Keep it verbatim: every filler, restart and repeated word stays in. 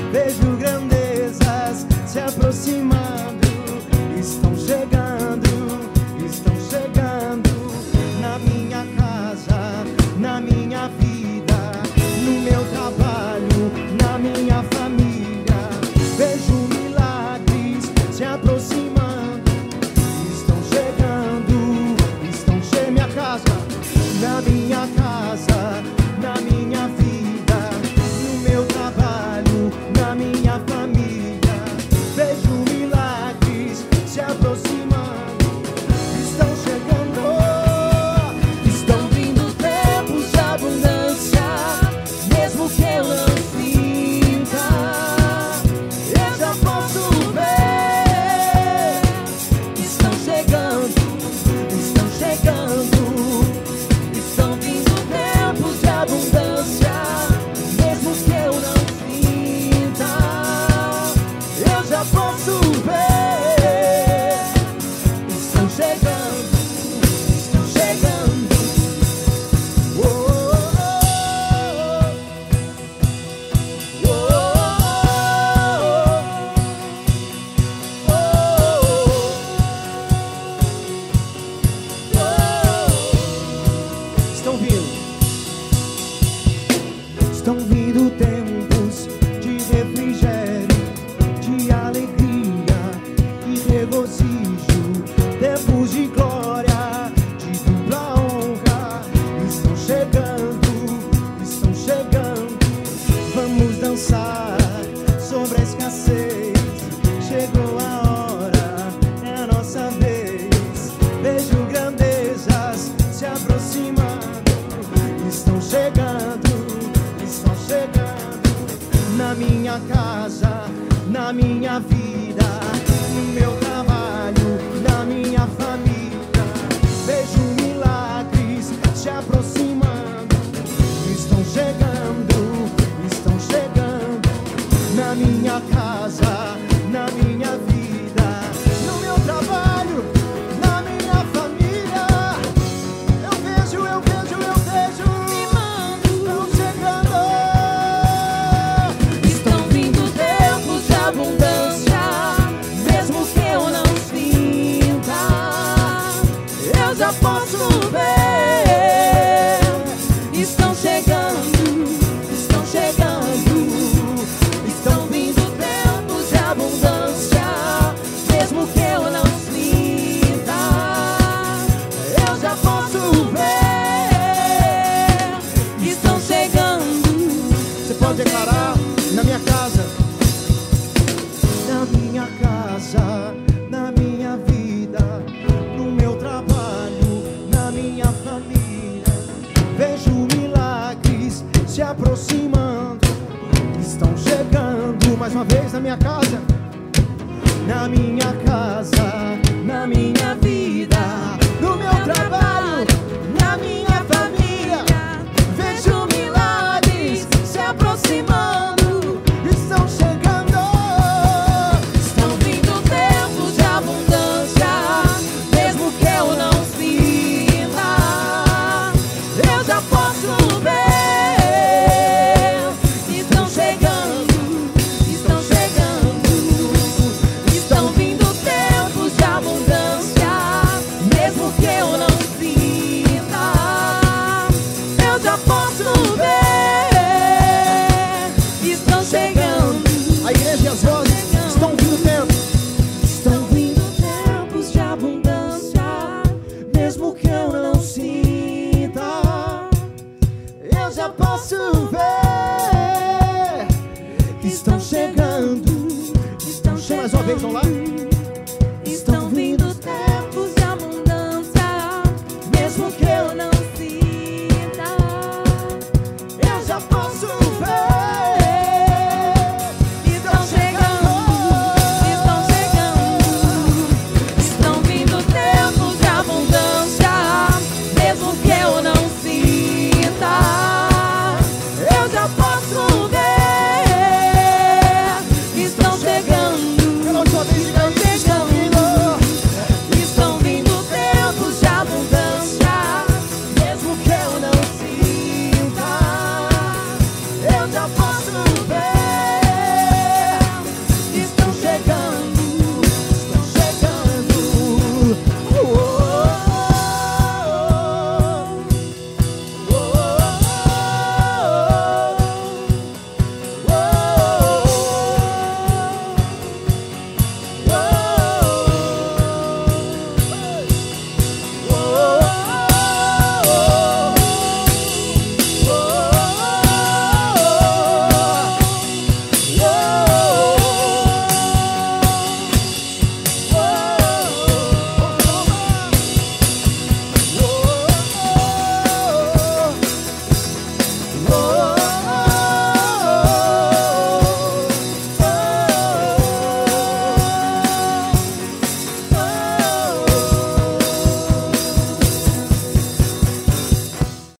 Vejo grandezas se aproximando. Estão chegando, estão chegando na minha casa, na minha vida, no meu trabalho, na minha família. Vejo milagres se aproximando. Estão chegando, estão chegando minha casa, na minha casa, na minha vida, no meu trabalho, na minha família. Vejo milagres se aproximando. Estão chegando, estão vindo tempos de abundância, mesmo que eu não sinta, eu já posso ver. Estão chegando, estão chegando, estão vindo tempos de abundância, mesmo que eu não sinta, eu já posso ver. Estão chegando, estão chegando. Oh, oh, oh, oh, oh, oh. Estão vindo, estão vindo tempos de refrigério, de alegria e regozijo, tempos de glória, de dupla honra. Estão chegando, estão chegando. Vamos dançar sobre a escassez. Chegou a hora, é a nossa vez. Vejo grandezas se aproximando. Estão chegando, estão chegando na minha casa, na minha vida, no meu trabalho, na minha família. Vejo milagres se aproximando. Estão chegando, estão chegando na minha casa, na minha vida, no meu trabalho, na minha família. Eu vejo, eu vejo, eu vejo. Estão chegando. Estão vindo tempos de abundância, mesmo que eu não sinta, eu já posso ver. Estão chegando, estão chegando, estão vindo tempos de abundância, mesmo que eu não sinta, eu já posso ver. Estão chegando. Você pode declarar: na minha casa, na minha casa, na minha vida, no meu trabalho, na minha família. Vejo milagres se aproximando. Estão chegando mais uma vez na minha casa, na minha casa, na minha vida, no meu trabalho, na minha família. Vejo milagres se aproximando. Estão chegando, estão vindo tempos de abundância, mesmo que eu não sinta, eu já posso ver. Estão chegando, estão chegando, estão vindo tempos de abundância, mesmo que eu não sinta, eu já posso ver. Estão chegando. A igreja e as vozes. Estão vindo tempos. Estão vindo tempos de abundância, mesmo que eu não sinta, eu já posso ver. Estão chegando, estão chegando. Mais uma vez, vamos lá.